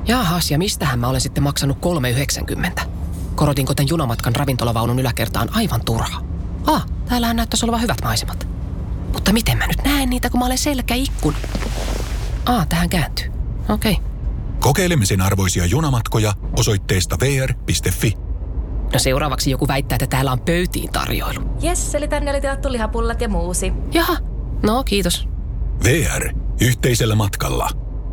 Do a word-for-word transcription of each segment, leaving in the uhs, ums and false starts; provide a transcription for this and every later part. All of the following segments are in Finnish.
Jaahas, ja mistähän mä olen sitten maksanut kolme yhdeksänkymmentä? Korotinko tän junamatkan ravintolavaunun yläkertaan aivan turha? Ah, täällähän näyttäisi olevan hyvät maisemat. Mutta miten mä nyt näen niitä, kun mä olen selkäikkun? Ah, tähän kääntyy. Okei. Okay. Kokeilemisen arvoisia junamatkoja osoitteesta v r piste f i. No seuraavaksi joku väittää, että täällä on pöytiin tarjoilu. Jes, eli tänne oli tilattu lihapullat ja muusi. Jaha, no kiitos. V R. Yhteisellä matkalla.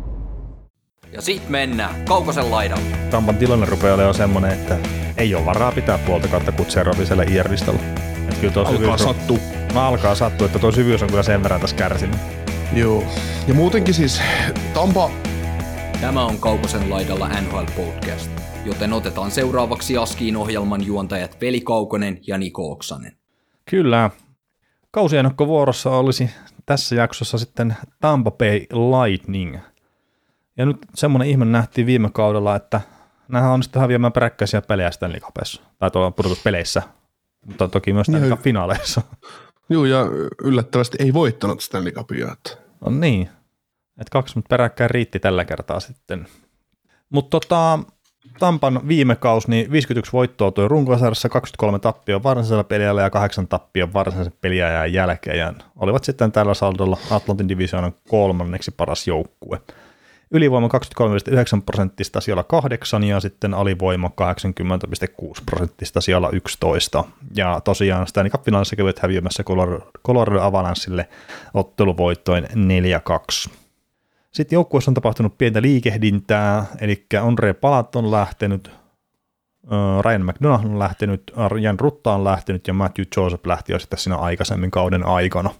Ja sit mennään Kaukosen laidalle. Tampan tilanne rupeaa olemaan semmonen, että ei ole varaa pitää puolta kautta Kutserovia siellä I R-listalla. Alkaa sattua. No alkaa sattua, että tuo syvyys on kyllä sen verran tässä kärsinyt. Joo. Ja muutenkin siis Tampa... Tämä on Kaukosen laidalla N H L Podcast, joten otetaan seuraavaksi Askiin ohjelman juontajat Veli Kaukonen ja Niko Oksanen. Kyllä. Kausiennakko vuorossa olisi tässä jaksossa sitten Tampa Bay Lightning. Ja nyt semmoinen ihme nähtiin viime kaudella, että nämähän on sitten häviämään peräkkäisiä pelejä Stanley Cupissa, tai tuolla pudotuspeleissä, mutta toki myös Stanley Cup finaaleissa. Joo, ja yllättävästi ei voittanut Stanley Cupia. No niin, että kaksi peräkkäin riitti tällä kertaa sitten. Mutta tota, Tampan viime kausi, niin viisikymmentäyksi voittoa toi runkosarjassa, kaksikymmentäkolme tappia varsinaisella peliajalla ja kahdeksan tappia varsinaisen peliajan jälkeen. Ja olivat sitten tällä saldolla Atlantin divisioonan kolmanneksi paras joukkue. Ylivoima kaksikymmentäkolme pilkku yhdeksän prosenttista siellä kahdeksan ja sitten alivoima kahdeksankymmentä pilkku kuusi prosenttista siellä yksitoista. Ja tosiaan Stanley Cup-finaalissa kävivät häviämässä Colorado Avalanchelle otteluvoittoin neljä kaksi. Sitten joukkueessa on tapahtunut pientä liikehdintää, eli Andre Palat on lähtenyt, Ryan McDonough on lähtenyt, Jan Rutta on lähtenyt ja Matthew Joseph lähti jo sitten siinä aikaisemmin kauden aikana.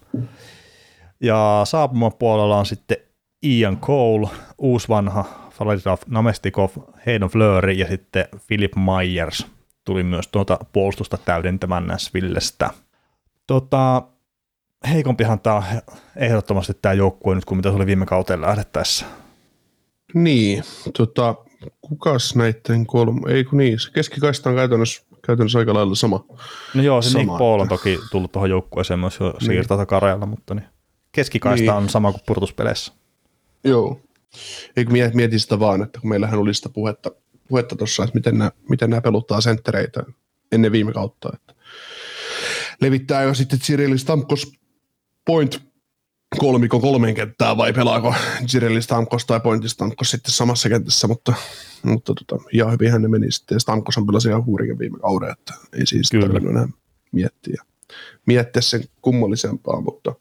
Ja saapumapuolella on sitten Ian Cole, uusi vanha Vladislav Namestnikov, Hayden Fleury ja sitten Philip Myers tuli myös tuota puolustusta täydentämään Nashvillestä. Tota, heikompihan tämä on ehdottomasti tämä joukkue nyt kuin mitä se oli viime kauteen lähdettäessä. Niin, tota, kukas näitten kolme, ei kun niin, se keskikaista on käytännössä, käytännössä aika lailla sama. No joo, se sama, Nick Paul on että... toki tullut tuohon joukkueeseen myös jo siirtaa niin. Takarajalla, mutta niin. Keskikaista niin. On sama kuin pudotuspeleissä. Joo, eikö mietin sitä vaan, että kun meillähän oli sitä puhetta, puhetta tuossa, että miten nämä, miten nämä peluttaa senttereitä ennen viime kautta, että levittää jo sitten Cyril Stamkos point kolmikon kolmeen kenttään vai pelaako Cyril Stamkos tai Point Stamkos sitten samassa kentässä, mutta, mutta tota, ihan hyvinhän ne meni sitten ja Stamkos on pelasi ihan huurikin viime kauden, että ei siis tarvinnut enää miettiä, miettiä sen kummallisempaa, mutta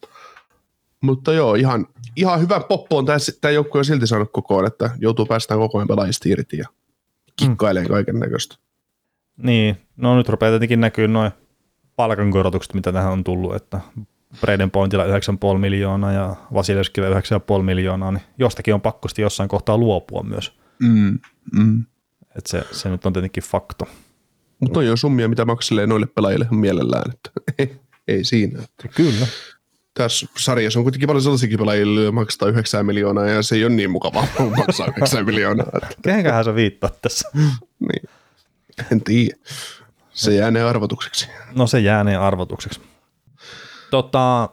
Mutta joo, ihan, ihan hyvä poppo on tämä joukkue on silti saanut kokoon, että joutuu päästään koko ajan pelaajista irti ja kikkailemaan mm. kaiken näköistä. Niin, no nyt rupeaa tietenkin näkyy noin palkankorotukset, mitä tähän on tullut, että Braden Pointilla yhdeksän pilkku viisi miljoonaa ja Vasilevskilla yhdeksän pilkku viisi miljoonaa, niin jostakin on pakko sitten jossain kohtaa luopua myös. Mm, mm. Että se, se nyt on tietenkin fakto. Mutta toi on summia, mitä makselee noille pelaajille mielellään, että ei, ei siinä. Että. Kyllä. Tässä sarjassa on kuitenkin paljon sellaisiakin pelaajille, joilla maksaa yhdeksän miljoonaa ja se ei ole niin mukavaa, kun maksaa yhdeksän miljoonaa. Kehenkähän sä viittaat tässä? Niin. En tiedä. Se jäänee arvotukseksi. No se jäänee arvotukseksi. Tota,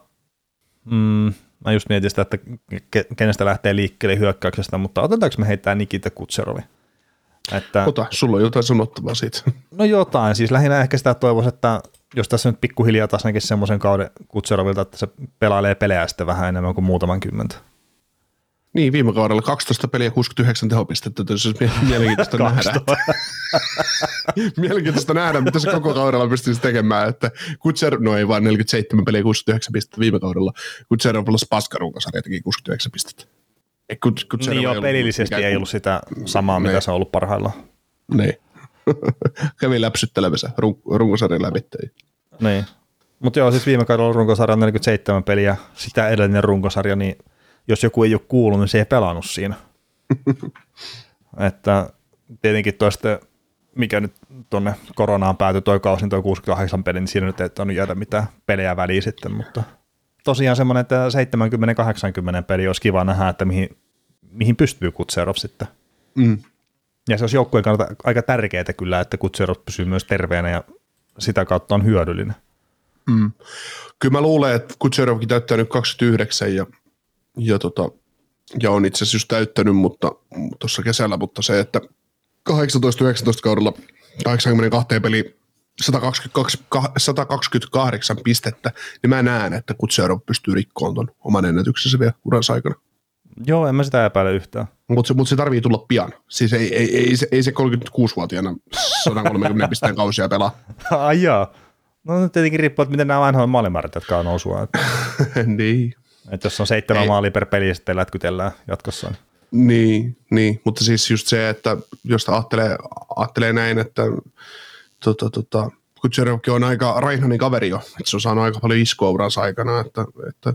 mm, mä just mietin sitä, että kenestä lähtee liikkeelle hyökkäyksestä, mutta otetaanko me heittää Nikita Kutserovi? Että, Ota, sulla on jotain sanottavaa siitä. No jotain, siis lähinnä ehkä sitä toivoisi, että jos tässä nyt pikkuhiljaa taas näkisi semmoisen kauden Kutserovilta, että se pelailee pelejä sitten vähän enemmän kuin muutaman kymmentä. Niin, viime kaudella kaksitoista peliä kuusikymmentäyhdeksän tehopistettä, se olisi mielenkiintoista nähdä. Mielenkiintoista nähdä, mitä se koko kaudella pystyisi tekemään, että Kutserov, no ei vaan neljäkymmentäseitsemän peliä kuusikymmentäyhdeksän pistettä viime kaudella, Kutserov pelasi paskarunkosarja teki kuusikymmentäyhdeksän pistettä. Niin joo, pelillisesti ei ollut sitä samaa, mitä se on ollut parhaillaan. Niin. Kävi läpsyttelemässä run- runkosarjan läpittäjiä. Niin. Mutta joo, siis viime kaudella runkosarja neljäkymmentäseitsemän peliä, sitä edellinen runkosarja, niin jos joku ei ole kuullut, niin se ei pelannut siinä. Että tietenkin toista, mikä nyt tuonne koronaan päätyi toi kausi, niin toi kuusikymmentäkahdeksan peli, niin siinä nyt ei ole jäädä mitään pelejä väliin sitten, mutta tosiaan semmoinen, että seitsemänkymmentä kahdeksankymmentä peli olisi kiva nähdä, että mihin, mihin pystyy Kutserov sitten. Mm. Ja se olisi joukkueen kannalta aika tärkeää kyllä, että Kutserov pysyy myös terveenä ja sitä kautta on hyödyllinen. Mm. Kyllä mä luulen, että Kutserovkin täyttää nyt kaksikymmentäyhdeksän ja, ja tota, ja on itse asiassa just täyttänyt, mutta tuossa kesällä, mutta se, että kahdeksantoista yhdeksäntoista kaudella kahdeksankymmentäkaksi peli sata kaksikymmentäkaksi, sata kaksikymmentäkahdeksan pistettä, niin mä näen, että Kutserov pystyy rikkoon ton oman ennätyksensä vielä uransa aikana. Joo, en mä sitä epäile yhtään. Mutta se, mut se tarvii tulla pian. Siis ei, ei, ei, se, ei se kolmekymmentäkuusivuotiaana sata kolmekymmentä pisteen kausia pelaa. Ai jaa. No nyt tietenkin riippuu, että miten nämä vanhoja maalimäärät, jotka on nousua. Että, niin. että jos on seitsemän ei. maalia per peli ja sitten lätkytellään jatkossa. Niin. Niin, niin, mutta siis just se, että jos ajattelee, ajattelee näin, että tota, tota, Kutserovkin on aika raihnainen kaveri jo, että se on saanut aika paljon iskua uransa aikana, että, että,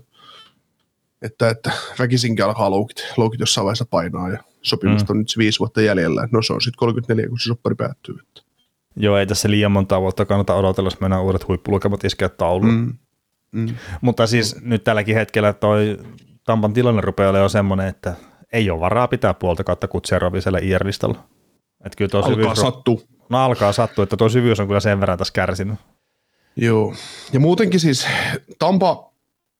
että, että väkisinkin alkaa loukit, loukit jossain vaiheessa painaa ja sopimusta mm. on nyt se viisi vuotta jäljellä, no se on sitten kolmekymmentäneljä, kun se soppari päättyy. Että. Joo, ei tässä liian monta vuotta kannata odotella, jos mennään uudet huippulukemat iskeä tauluun. Mm. Mm. Mutta siis mm. nyt tälläkin hetkellä toi Tampan tilanne rupeaa olemaan semmoinen, että ei ole varaa pitää puolta kautta Kutserovia siellä I R-listalla. Että kyllä tuo alkaa syvyys, sattua. No alkaa sattua, että tuo syvyys on kyllä sen verran tässä kärsinyt. Joo, ja muutenkin siis Tampa,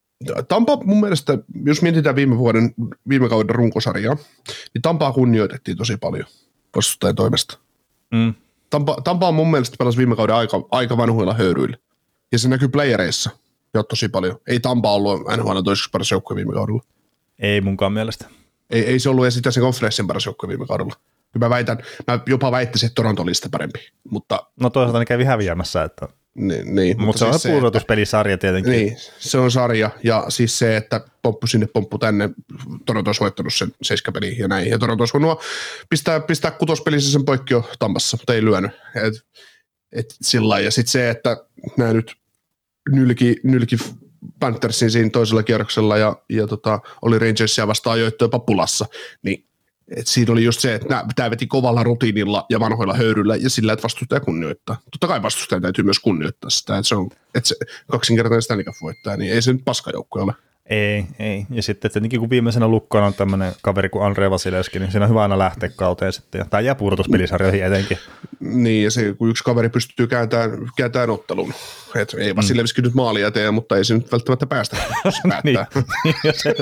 Tampa mun mielestä, jos mietitään viime vuoden, viime kauden runkosarjaa, niin Tampaa kunnioitettiin tosi paljon vastustajan toimesta. Mm. Tampa, Tampa on mun mielestä pelasi viime kauden aika, aika vanhoilla höyryillä, ja se näkyy playereissa jo tosi paljon. Ei Tampa ollut N H L toiseksi paras joukkue viime kaudella. Ei munkaan mielestä. Ei, ei se ollut edes itse asiassa konferenssin paras joukkue viime kaudella. Kyllä mä väitän, mä jopa väittäisin, että Toronto oli sitä parempi, mutta... No toisaalta ne kävi häviämässä, että... Niin, niin, mutta, mutta se on siis pudotuspelisarja tietenkin. Niin, se on sarja, ja siis se, että pomppu sinne, pomppu tänne, Toronto olisi voittanut sen seiskapeliin ja näin, ja Toronto olisi voinut pistää, pistää kutospelissä sen poikki jo Tampassa, mutta ei lyönyt, et, et sillä ja sitten se, että nämä nyt nylki, nylki Panthersin siinä toisella kierroksella, ja, ja tota, oli Rangersia vastaan ajoittu jopa pulassa, niin et siinä oli just se, että tämä veti kovalla rutiinilla ja vanhoilla höyryllä ja sillä, että vastustaja kunnioittaa. Totta kai vastustaja täytyy myös kunnioittaa sitä, että se on, että se kaksinkertainen Stanley Cup voittaa, niin ei se nyt paskajoukkue ole. Ei, ei. Ja sitten tietenkin kun viimeisenä lukkona on tämmöinen kaveri kuin Andrei Vasilevski, niin siinä on hyvä aina lähteä kauteen sitten. Tai jää pudotuspelisarjoihin etenkin. Niin, ja se, kun yksi kaveri pystyy kääntämään, kääntämään ottelun. Et ei Vasilevski mm. nyt maalia tee, mutta ei se nyt välttämättä päästä, jos se päättää. niin, se,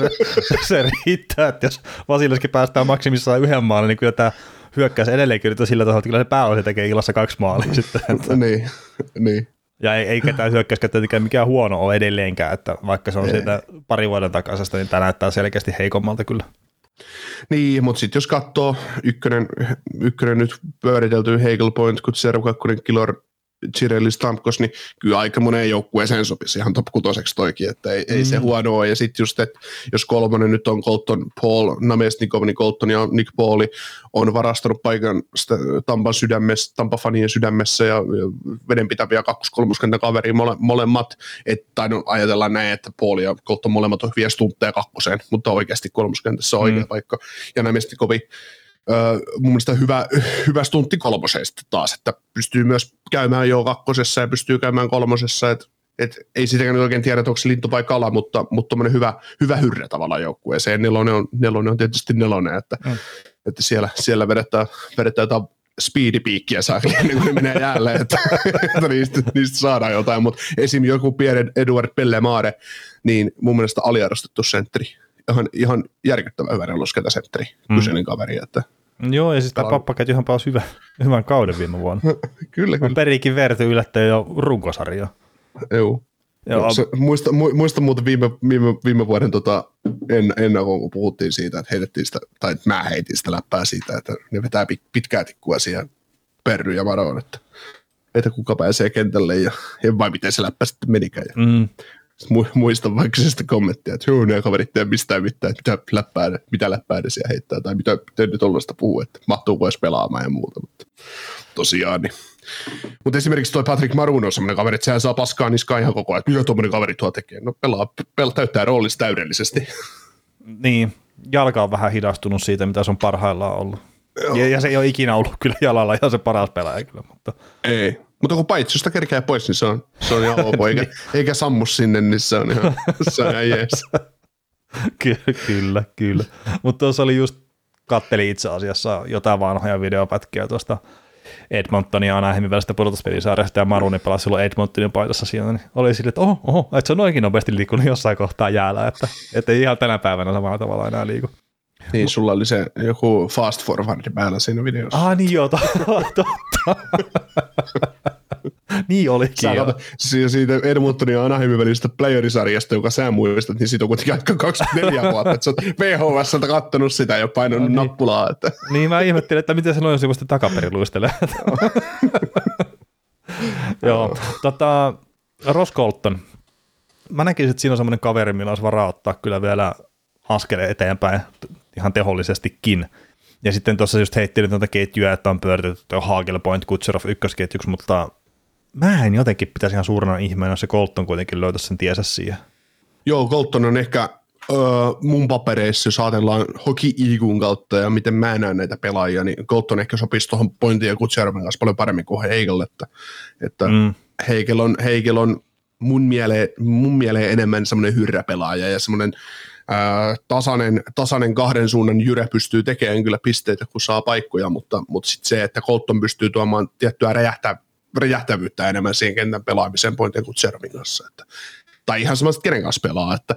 se riittää, että jos Vasilevski päästään maksimissaan yhden maalin, niin kyllä tämä hyökkäys edelleenkin nyt on sillä tasolla, että kyllä se pääosin tekee illassa kaksi maalia sitten. Että. niin, niin. Ja ei, ei ketään hyökkäyskään tietenkään mikään huono ole edelleenkään, että vaikka se on ei. Siitä pari vuoden takaisesta, niin tämä näyttää selkeästi heikommalta kyllä. Niin, mutta sitten jos katsoo ykkönen, ykkönen nyt pyöritelty Hagel Point, Kutserov, kakkonen Killor, Cirelli, Stamkos, niin kyllä aika moneen joukkueeseen sopisi ihan top kutoseksi toikin, että ei, mm. ei se huono ole. Ja sitten just, että jos kolmonen nyt on Colton Paul, Namestnikov, niin Colton ja Nick Pauli on varastanut paikan Tampan sydämessä, Tampa-fanien sydämessä ja vedenpitäviä kakkos-kolmoskentän kaveria mole, molemmat. Et, tai no, ajatellaan näin, että Paul ja Colton molemmat on hyviä stuntteja kakkoseen, mutta oikeasti kolmoskentässä on oikea mm. paikka. Ja Namestnikovi Öö, mun mielestä hyvä, hyvä stuntti kolmosesta taas, että pystyy myös käymään jo kakkosessa ja pystyy käymään kolmosessa, että et ei sitäkään oikein tiedä, että onko se lintu vai kala, mutta, mutta tommoinen hyvä, hyvä hyrrä tavallaan joukkueeseen. Nelonen on, nelonen on tietysti nelonen, että, mm. että siellä, siellä vedetään, vedetään jotain speedipiikkiä saa ennen kuin ne menee jälleen, että, että niistä, niistä saadaan jotain, mutta esim. Joku pieni Eduard Pellemaare, niin mun mielestä aliarvostettu sentteri. Ihan, ihan järkyttävän hyvä neloskentä sentteri, mm. kyseinen kaveri. Että joo, ja siis tämä Pappaketjuhan paus hyvä, hyvän kauden viime vuonna. kyllä, kyllä. On periikin verty yllättäen jo runkosarjaa. Joo. Joo. Se, muista, muista muuten viime, viime, viime vuoden tota, en, ennen kuin puhuttiin siitä, että heitettiin sitä, tai mä heitin sitä läppää siitä, että ne vetää pitkää tikkua siihen Perry ja Maroon, että, että kuka pääsee kentälle ja, ja vai miten se läppä sitten menikään. Mm. Muistan vaikka sitä kommenttia, että joo, ne kaverit ei mistään mitään, että mitä läppää, mitä läppää ne siellä heittää, tai mitä te nyt ollaista puhuu, että mahtuuko edes pelaamaan ja muuta, mutta tosiaan. Niin. Mutta esimerkiksi toi Patrick Maroon on semmoinen kaveri, että sehän saa paskaa niskaan ihan koko ajan, että mitä tuommoinen kaveri tuo tekee, no pelaa, pelaa täyttää roolissa täydellisesti. Niin, jalka on vähän hidastunut siitä, mitä se on parhaillaan ollut. Ja, ja se ei ole ikinä ollut kyllä jalalla ihan se paras pelaaja kyllä, mutta ei. Mutta kun paitsusta kerkää pois, niin se on, se on ihan ok, eikä, eikä sammu sinne, niin se on ihan, se on ihan jees. Ky- kyllä, kyllä. Mutta tuossa oli just, kattelin itse asiassa jotain vanhoja videopätkiä tuosta Edmontonin ja Anaheimin välistä pudotuspelisarjasta, ja Maruni pelasi silloin Edmontonin paidassa siinä, niin oli sille, että oho, oho, että se on noinkin nopeasti liikkunut jossain kohtaa jäällä, että, että ei ihan tänä päivänä samalla tavalla enää liiku. Niin, sulla oli se joku fast forward päällä siinä videossa. Ah niin joo, totta. Niin olikin joo. Siitä Edmontonin ja Anaheimin välisestä playerisarjasta, joka sä muistat, niin siitä on kuitenkin aika kaksikymmentäneljä vuotta, että sä oot V H S:ltä kattonut sitä ja painanut no, niin. nappulaa. Että. Niin mä ihmettelin, että miten se noin sivusta takaperin luistelee. Joo, tota, Ross Colton. Mä näkisin, että siinä on semmoinen kaveri, millä olisi varaa ottaa kyllä vielä askeleen eteenpäin ihan tehollisestikin. Ja sitten tuossa just heittelin tuota ketjua, että on pyöritetty Hagel, Point, Kutserov ykkösketjuksi, mutta mä en jotenkin pitäisi ihan suurena ihmeenä, jos se Colton kuitenkin löytäisi sen tiesä siihen. Joo, Colton on ehkä öö, mun papereissa, jos ajatellaan Hockey-I Q:n kautta ja miten mä näen näitä pelaajia, niin Colton ehkä sopisi tuohon Pointin ja Kutserovin kanssa paljon paremmin kuin Hagel, että, että mm. Hagel on, Hagel on mun mieleen, mun mieleen enemmän semmoinen hyrräpelaaja ja semmoinen ää, tasainen, tasainen kahden suunnan jyrä pystyy tekemään kyllä pisteitä, kun saa paikkoja, mutta, mutta sitten se, että Colton pystyy tuomaan tiettyä räjähtä, räjähtävyyttä enemmän siihen kentän pelaamiseen Pointin kuin Kutserovin kanssa. Että, tai ihan semmoista, kenen kanssa pelaa, että,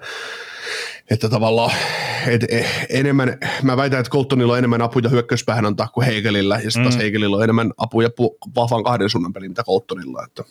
että tavallaan et, et, enemmän, mä väitän, että Coltonilla on enemmän apuja hyökkäyspäähän antaa kuin Hagelillä, ja sitten mm. taas Hagelilla on enemmän apuja pu- vahvan kahden suunnan peliin, mitä Coltonilla. Että.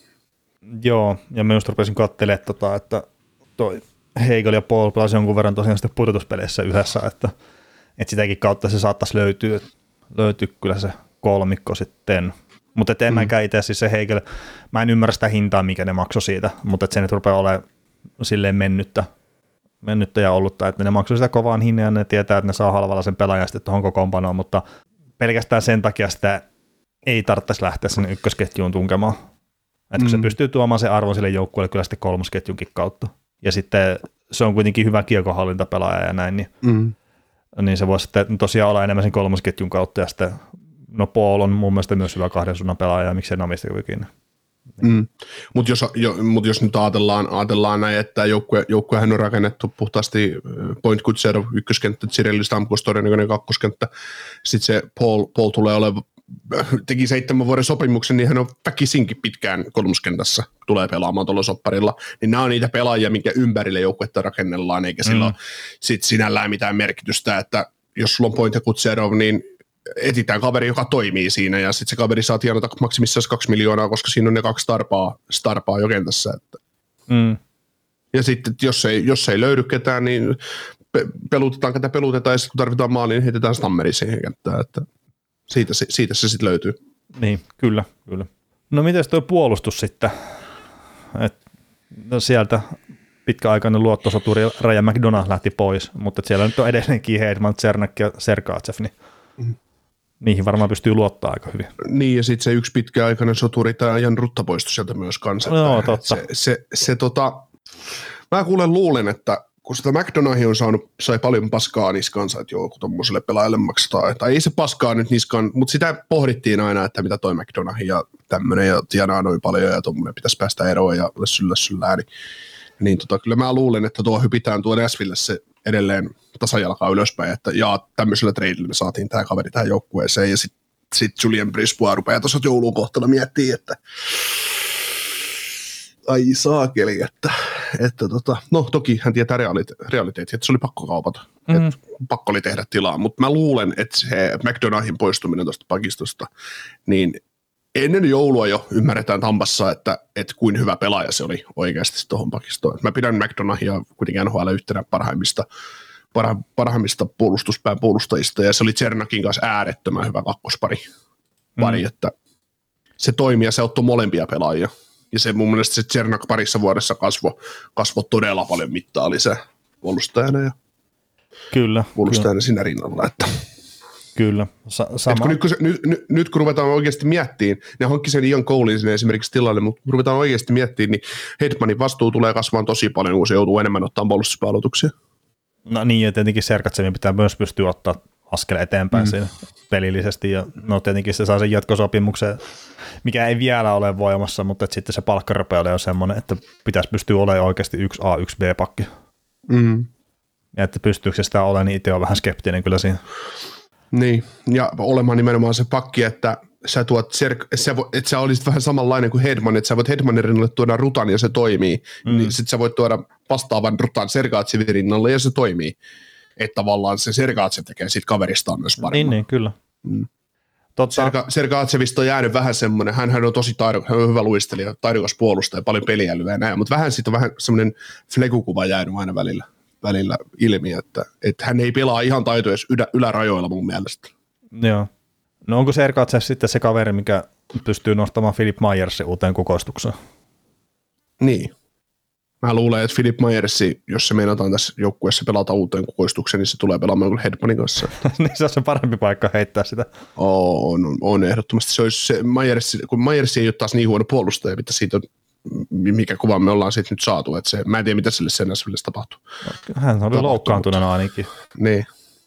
Joo, ja myös rupesin katselemaan, tota, että toi Hagel ja Paul pelasi jonkun verran tosiaan sitten pudotuspeleissä yhdessä, että, että sitäkin kautta se saattaisi löytyä, löytyä kyllä se kolmikko sitten. Mutta en mm. mäkään itse siis se Hagel, mä en ymmärrä sitä hintaa, mikä ne maksoi siitä, mutta se nyt rupeaa olemaan silleen mennyttä, mennyttä ja ollutta, että ne maksoi sitä kovaan hinnan ja ne tietää, että ne saa halvalla sen pelaajan sitten tuohon kokoonpanoon, mutta pelkästään sen takia sitä ei tarvitsisi lähteä sen ykkösketjuun tunkemaan. Että kun mm. se pystyy tuomaan sen arvon sille joukkueelle kyllä sitten kolmosketjunkin kautta. Ja sitten se on kuitenkin hyvä kiekonhallintapelaaja ja näin, niin, mm. niin se voisi sitten tosiaan olla enemmän sen kolmosketjun kautta. Ja sitten, no Paul on mun mielestä myös hyvä kahden suunnan pelaaja ja miksei Namista ikinä. Mm. Mutta jos, jo, mut jos nyt ajatellaan, ajatellaan näin, että joukkue, joukkuehän on rakennettu puhtaasti Point Kutserov ykköskenttä, Cirelli Stamkos todennäköinen kakkoskenttä, sitten se Paul, Paul tulee olemaan, teki seitsemän vuoden sopimuksen, niin hän on väkisinkin pitkään kolmoskentässä, tulee pelaamaan tuolla sopparilla, niin nämä on niitä pelaajia, minkä ympärille joukkuetta rakennellaan, eikä sillä mm. sit sinällään mitään merkitystä, että jos sulla on Point ja Kutserov, niin etsitään kaveri, joka toimii siinä, ja sitten se kaveri saa tienata maksimissaan kaksi miljoonaa, koska siinä on ne kaksi starpaa, starpaa jo kentässä. Että. Mm. Ja sitten, jos ei, jos ei löydy ketään, niin pe- pelutetaan, ketä pelutetaan, ja sitten kun tarvitaan maaliin, niin heitetään Stammeri siihen kenttään, että siitä se, siitä se sitten löytyy. Niin, kyllä, kyllä. No miten tuo puolustus sitten? Et, no sieltä pitkäaikainen luottosoturi Ryan McDonough lähti pois, mutta siellä nyt on edelleenkin Hedman, Cernak ja Sergachev, niin mm. niihin varmaan pystyy luottaa aika hyvin. Niin, ja sitten se yksi pitkäaikainen soturi, tämä Jan Rutta poistui sieltä myös kanssa. No, totta. Se, se, se tota, mä kuulen luulen, että kun sitä McDonoughia on saanut, sai paljon paskaa niskansa, että joo, kun tuommoiselle pelaajalle maksetaan, tai ei se paskaa nyt niskaan, mutta sitä pohdittiin aina, että mitä toi McDonough ja tämmöinen, ja tienaa noin paljon, ja tuommoinen pitäisi päästä eroon, ja lässyllä lässyllään, niin, niin tota, kyllä mä luulen, että tuo hypitään tuo Nashville se edelleen tasajalkaa ylöspäin, että jaa, tämmöisellä treidillä me saatiin tämä kaveri tähän joukkueeseen, ja sitten sit Julien Brisbois rupeaa tuossa joulun kohtalla miettii, että ai saakeli, että, että tota, no toki hän tietää realite- realiteetti, että se oli pakko kaupata, mm-hmm. että pakko oli tehdä tilaa, mutta mä luulen, että se McDonaghin poistuminen tuosta pakistosta, niin ennen joulua jo ymmärretään Tampassa, että, että kuin hyvä pelaaja se oli oikeasti tuohon pakistoon. Mä pidän McDonaghia kuitenkin N H L yhtenä parhaimmista, parha, parhaimmista puolustuspään puolustajista, ja se oli Cernakin kanssa äärettömän hyvä kakkospari, pari, mm. että se toimii ja se auttoi molempia pelaajia. Ja se mun mielestä se Cernak parissa vuodessa kasvoi kasvo todella paljon mittaa lisää puolustajana ja kyllä, puolustajana kyllä. siinä rinnalla. Että. Kyllä, Sa- sama. Kun nyt, kun se, nyt, nyt, nyt kun ruvetaan oikeasti miettimään, ne hankki sen Ian Colein sinne esimerkiksi tilalle, mutta kun ruvetaan oikeasti miettimään, niin Hedmanin vastuu tulee kasvamaan tosi paljon, kun se joutuu enemmän ottaa puolustuspalautuksia. No niin, ja tietenkin Sergatsevin pitää myös pystyä ottaa askel eteenpäin mm. siinä pelillisesti, ja no tietenkin se saa sen jatkosopimuksen, mikä ei vielä ole voimassa, mutta että sitten se palkkarapeille on semmoinen, että pitäisi pystyä olemaan oikeasti yksi A, yksi B-pakki. Mm. Ja että pystyykö se sitä olemaan, niin itse on vähän skeptinen kyllä siinä. Niin, ja olemaan nimenomaan se pakki, että sä tuot, että sä olisit vähän samanlainen kuin Hedman, että sä voit Hedmanin rinnalle tuoda Rutan ja se toimii, mm. niin sit sä voit tuoda vastaavan Rutan Sergatsevin rinnalle ja se toimii. että tavallaan se Sergachev tekee siitä kaveristaan myös paremmin. Niin, niin, kyllä. Mm. Totta. Serga, Sergachevista on jäänyt vähän semmoinen, hän on tosi taidokas, hän on hyvä luistelija, taidokas puolustaja, paljon peliälyä ja näin, mutta vähän siitä on vähän semmoinen flekukuva jäänyt aina välillä, välillä ilmi, että, että hän ei pelaa ihan taitoja ylä, ylärajoilla mun mielestä. Joo. No onko Sergachev sitten se kaveri, mikä pystyy nostamaan Philip Myersin uuteen kukoistukseen? Niin. Mä luulen, että Philip Myersi, jos se meinataan tässä joukkueessa pelata uuteen kukoistukseen, niin se tulee pelaamaan kuin Hedmanin kanssa. Niin se on se parempi paikka heittää sitä. On, on, on ehdottomasti. Se olisi se Myersi, kun Myersi ei ole taas niin huono puolustaja, mitä siitä on, mikä kuva me ollaan siitä nyt saatu. Että se, mä en tiedä, mitä sille Senäsville tapahtuu. Hän oli loukkaantuneena ainakin. Niin.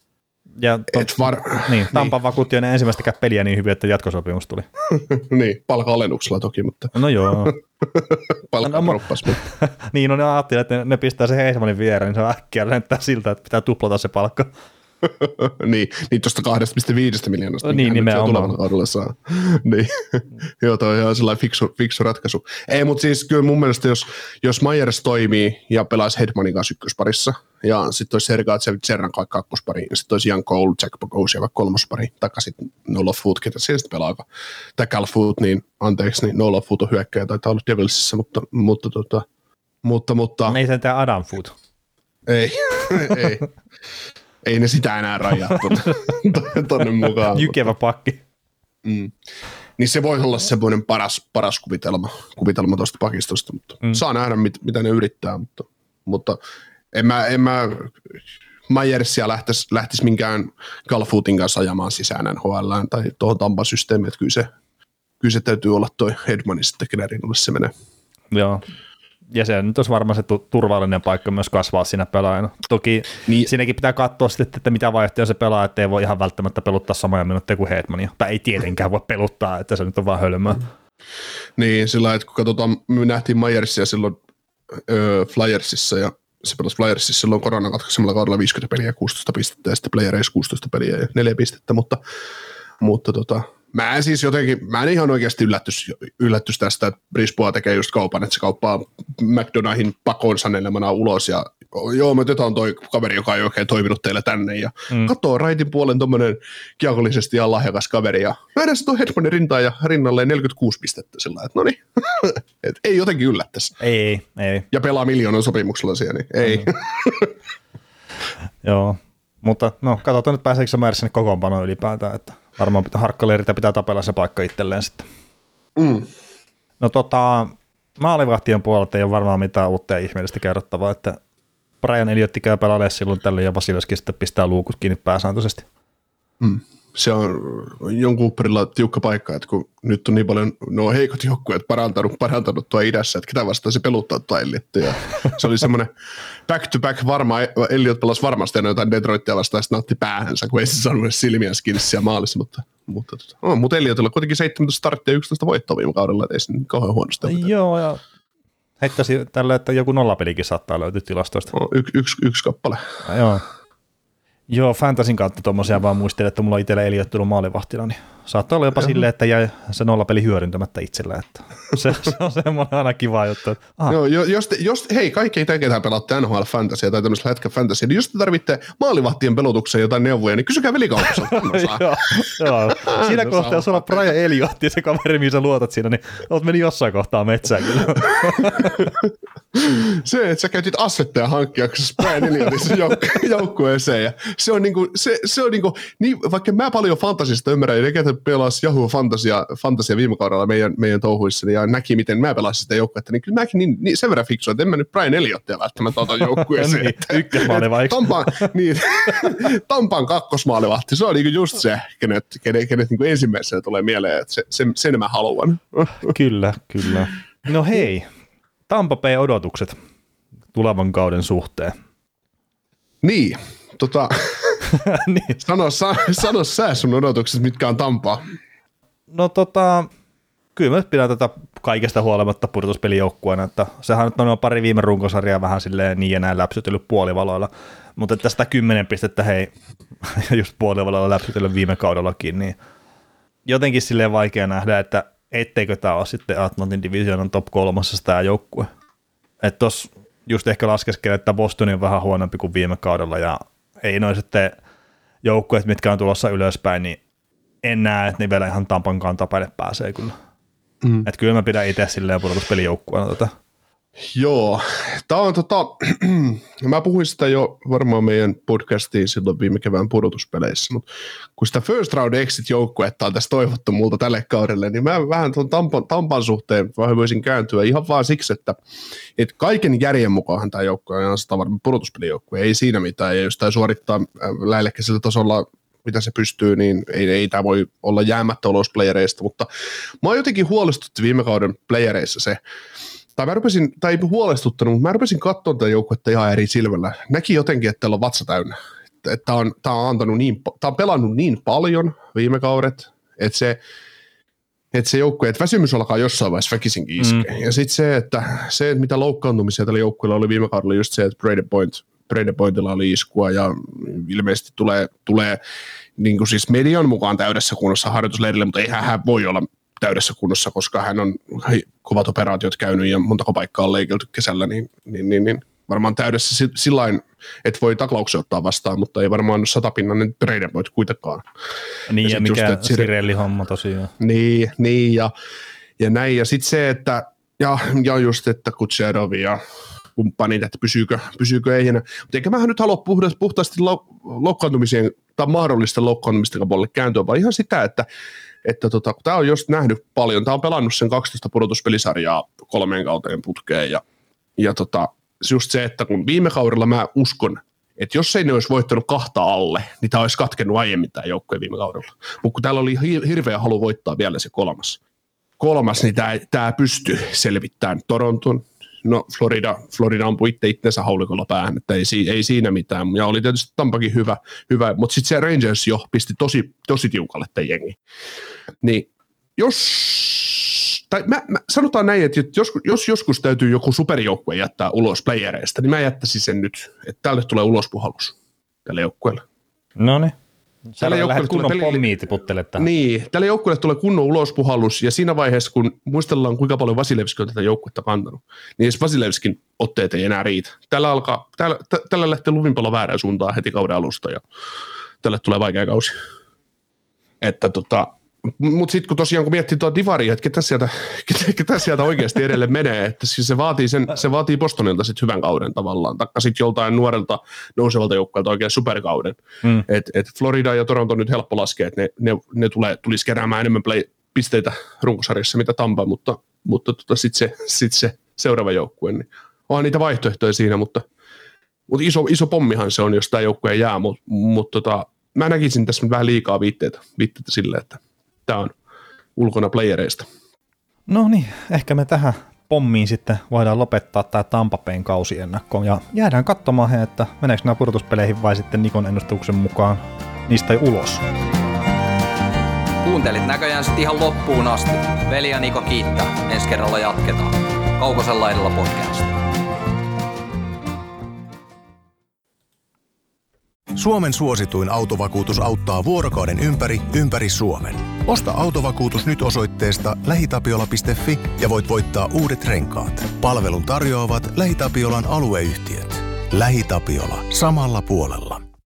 Ja Et var... niin, Tampa niin. Vakuutti ennen ensimmäistäkään peliä niin hyvin, että jatkosopimus tuli. Niin, palka-alennuksella toki, mutta... No joo. Palkka no, droppas. Mutta... niin, no ne ajattelivat, että ne, ne pistää se Heismanin viereen, niin se on äkkiä lentää siltä, että pitää tuplata se palkka. niin, niin tuosta kaksi pilkku viisi miljoonasta. Niin, nimenomaan. Kaudella saa. niin, joo, toi on ihan sellainen fiksu, fiksu ratkaisu. Ei, mutta siis kyllä mun mielestä, jos, jos Myers toimii ja pelaisi Hedmanin kanssa ykkösparissa, ja sitten olisi Sergachev Zerran kakkospari, ja sitten olisi Jan Cole, Jack Bogosian vaikka kolmospari, taikka sitten Nola Foot, ketä siellä sitten pelaa, tai Cal Foot, niin anteeksi, niin Nola Foot on hyökkäjä, taitaa olla Devilsissä, mutta, mutta, tota, mutta, mutta ei sen tää Adam Foot. Ei, ei. Ei ne sitä enää rajattu tuonne mukaan. Jykevä pakki. Mm. Niin se voisi olla semmoinen paras, paras kuvitelma, kuvitelma tuosta pakistosta, mutta mm. saa nähdä, mit, mitä ne yrittää, mutta, mutta en mä, en mä Myersia lähtisi, lähtisi minkään Galfootin kanssa ajamaan sisään N H L:ään tai tuohon Tampan systeemiin, että kyllä se, kyllä se täytyy olla toi Hedmanin sitten, kenen rinnalle se menee. Joo. Ja se nyt olisi varmaan se turvallinen paikka myös kasvaa siinä pelaajana. Toki niin. Siinäkin pitää katsoa sitten, että mitä vaihtoehtoja se pelaa, ettei voi ihan välttämättä peluttaa samoja minuutteja kuin Hedmania. Tai ei tietenkään voi peluttaa, että se nyt on vaan hölmöä. Niin, sillä lailla, että kun katsotaan, me nähtiin Myersia silloin öö, Flyersissa, ja se pelasi Flyersissa silloin koronakatkaisemmalla kaudella viisikymmentä peliä ja kuusitoista pistettä, ja sitten Playereissa kuusitoista peliä ja neljä pistettä, mutta, mutta tota, mä en siis jotenkin, mä en ihan oikeasti yllättys, yllättys tästä, että Brisboa tekee just kaupan, että se kauppaa McDonaghin pakon sanelemana ulos ja joo, me otetaan toi kaveri, joka ei oikein toiminut teille tänne ja mm. katsoo raitin puolen tommonen kiekollisesti ja lahjakas kaveri ja nähdään se tuo Hedmanin rintaan ja rinnalleen neljäkymmentäkuusi pistettä sillä että no niin, et ei jotenkin yllättäisi. Ei, ei. Ja pelaa miljoonan sopimuksella siellä, niin ei. Mm. Joo, mutta no katsotaan nyt pääseekö se määrä sinne kokoonpanoon ylipäätään, että varmaan pitää harkkaleiritä pitää tapella se paikka itselleen sitten. Mm. No tota, maalivahtien puolelta ei ole varmaan mitään uutta ja ihmeellistä kerrottavaa, että Brian Elliott käy pelailemaan silloin tällöin ja Vasilevski sitten pistää luukut kiinni pääsääntöisesti. Mm. Se on jonkun upperilla tiukka paikka, että kun nyt on niin paljon nuo heikot joukkueet parantanut, parantanut tuo idässä, että ketä vastaan se peluttaa tuo Elliott. Ja se oli semmoinen back to back varma, Elliott pelasi varmasti aina jotain Detroitia vastaan, ja sitten otti päähänsä, kun ei se saanut edes silmiänsä kiinni siellä maalissa, mutta, mutta, oh, mutta Elliottilla kuitenkin seitsemäntoista starttia ja yksitoista voittoa viime kaudella, että ei se niin kauhean huonosti. Joo, ja heittäisi tällä, että joku nollapelikin saattaa löytyä tilastoista. Oh, y- yksi, yksi kappale. Ja, joo. Joo, Fantasin kautta tuommoisia vaan muistelin, että mulla on itsellä Elliott tullut maalivahtina, niin saattaa olla jopa silleen, että jäi se nollapeli hyödyntämättä itsellä, että se, se on semmoinen aina kiva juttu. Joo, jos, te, jos, hei, kaikki ei teketään pelaatte N H L Fantasia tai tämmöistä lätkä Fantasia, niin jos te tarvitte maalivahtien pelutukseen jotain neuvoja, niin kysykää velikaupassa. joo, joo. Siinä kohtaa, jos on Brian Elliott ja se kaveri, mihin sä luotat siinä, niin oot meni jossain kohtaa metsään kyllä. Se, että sä käytit assetteja hankkiaksesi Brian Elliotin jouk- joukkueeseen ja se on niinku, se, se on niinku, niin, vaikka mä paljon fantasista ymmärrän, ja ne ketä pelasi Yahoo Fantasia, Fantasia viime kaudella meidän, meidän touhuissa ja näki, miten mä pelasin sitä joukkuetta, niin kyllä mäkin niin, niin sen verran fiksu, että en mä nyt Brian Elliotia välttämättä ota joukkueeseen. niin, ykkösmaalivahti. Tampan, niin, Tampan kakkosmaalivahti, se on niinku just se, kenet, kenet, kenet niinku ensimmäisenä tulee mieleen, että se, sen, sen mä haluan. Kyllä, kyllä. No hei, Tampa Bay-odotukset tulevan kauden suhteen. Niin, tota, niin. sano, sa, sano sä sun odotukset, mitkä on Tampaa. No tota, kyllä mä pidän tätä kaikesta huolimatta pudotuspelijoukkueena, että sehän nyt on pari viime runkosarjaa vähän silleen niin ja näin läpsytellyt puolivaloilla, mutta että sitä kymmenen pistettä hei, just puolivaloilla läpsytellyt viime kaudellakin, niin jotenkin silleen vaikea nähdä, että etteikö tämä ole sitten Atlantin divisioonan top kolmosessa tämä joukkue. Että tuossa just ehkä laskeskelee, että Boston on vähän huonompi kuin viime kaudella ja ei noin sitten joukkueet, mitkä on tulossa ylöspäin, niin en näe, että ne vielä ihan Tampankaan tapaille pääsee kyllä. Mm. Että kyllä mä pidän itse silleen pudotuspelijoukkueena tätä. Joo, tämä on tota, mä puhuin sitä jo varmaan meidän podcastiin silloin viime kevään pudotuspeleissä, mutta kun sitä first round exit-joukkuetta on tässä toivottu multa tälle kaudelle, niin mä vähän tuon Tampan, Tampan suhteen vähän voisin kääntyä ihan vaan siksi, että, että kaiken järjen mukaan tämä joukkue on ihan sitä varmaan pudotuspelijoukkue, ei siinä mitään, ja jos tämä suorittaa lähellekkäisellä tasolla, mitä se pystyy, niin ei, ei tämä voi olla jäämättä ulos playereista, mutta mä oon jotenkin huolestuttu viime kauden playereissa se, tai mä rupesin, tai ei huolestuttanut, mutta mä rupesin katsomaan tätä joukkuetta ihan eri silmällä. Näki jotenkin, että täällä on vatsa täynnä. Tämä on, tää on, antanut niin, tää on pelannut niin paljon viime kaudet, että se, että se joukkue, että väsymys alkaa jossain vaiheessa väkisinkin iskeä. Mm. Ja sitten se, että se, mitä loukkaantumisia tällä joukkueella oli viime kaudella, just se, että Brady Point, Brady Pointilla oli iskua ja ilmeisesti tulee, tulee niin kuin siis median mukaan täydessä kunnossa harjoitusleirille, mutta eihän hän voi olla täydessä kunnossa, koska hän on kovat operaatiot käynyt ja montako paikkaa on leikelty kesällä, niin, niin, niin, niin varmaan täydessä sillain, että voi taklauksen ottaa vastaan, mutta ei varmaan ole satapinnainen Brady Point kuitenkaan. Niin ja, ja mikä just, Sirelli-homma tosiaan. Niin, niin ja, ja näin. Ja sitten se, että ja, ja just, että Kutserovi ja kumppanit, että pysyykö, pysyykö ei enää. Mutta eikä mähän nyt halua puhtaasti, puhtaasti loukkaantumisien tai mahdollisten loukkaantumisten puolelle kääntyä, vaan ihan sitä, että että tota, kun tämä on just nähnyt paljon, tämä on pelannut sen kaksitoista pudotuspelisarjaa kolmeen kauteen putkeen ja, ja tota, just se, että kun viime kaudella mä uskon, että jos ei ne olisi voittanut kahta alle, niin tämä olisi katkennut aiemmin tämä joukkue viime kaudella. Mutta kun täällä oli hirveä halu voittaa vielä se kolmas, kolmas niin tämä, tämä pystyy selvittämään Toronton. No Florida, Florida ampui itse itsensä haulikolla päähän, että ei, ei siinä mitään. Ja oli tietysti Tampakin hyvä, hyvä mutta sitten se Rangers jo pisti tosi, tosi tiukalle tämän jengi. Niin jos, tai mä, mä, sanotaan näin, että jos, jos joskus täytyy joku superjoukkue jättää ulos playereista, niin mä jättäisin sen nyt, että tälle tulee ulospuhallus tälle joukkueelle. No niin. Sä Tällä lähdet kunnon tälle, pommia tiputtelemaan tähän. Niin, tälle joukkueelle tulee kunnon ulospuhallus, ja siinä vaiheessa, kun muistellaan, kuinka paljon Vasilevski on tätä joukkuetta kantanut, niin edes Vasilevskin otteet ei enää riitä. Tällä, alkaa, tällä, t- tällä lähtee luvinpallo väärään suuntaan heti kauden alusta, ja tälle tulee vaikea kausi. Että tota, mutta sitten kun tosiaan kun miettii tuota divaria, että ketä sieltä, ketä, ketä sieltä oikeasti edelle menee, että siis se vaatii, sen, se vaatii Bostonilta sitten hyvän kauden tavallaan, taikka sitten joltain nuorelta nousevalta joukkueelta oikein superkauden. Mm. Että et Florida ja Toronto on nyt helppo laskea, että ne, ne, ne tulee, tulisi keräämään enemmän play, pisteitä runkosarjassa mitä Tampa, mutta, mutta tota sitten se, sit se seuraava joukkue, niin onhan niitä vaihtoehtoja siinä, mutta, mutta iso, iso pommihan se on, jos tämä joukkue jää, mutta, mutta tota, mä näkisin tässä vähän liikaa viitteitä, viitteitä sille, että tämä on ulkona playereista. No niin, ehkä me tähän pommiin sitten voidaan lopettaa tämä Tampa Bayn kausiennakko ja jäädään katsomaan he, että meneekö nämä pudotuspeleihin vai sitten Nikon ennustuksen mukaan niistä ei ulos. Kuuntelit näköjään sitten ihan loppuun asti. Veli ja Niko kiittää. Ensi kerralla jatketaan. Kaukosen laidalla podcast. Suomen suosituin autovakuutus auttaa vuorokauden ympäri, ympäri Suomen. Osta autovakuutus nyt osoitteesta lähitapiola piste fi ja voit voittaa uudet renkaat. Palvelun tarjoavat LähiTapiolan alueyhtiöt. LähiTapiola. Samalla puolella.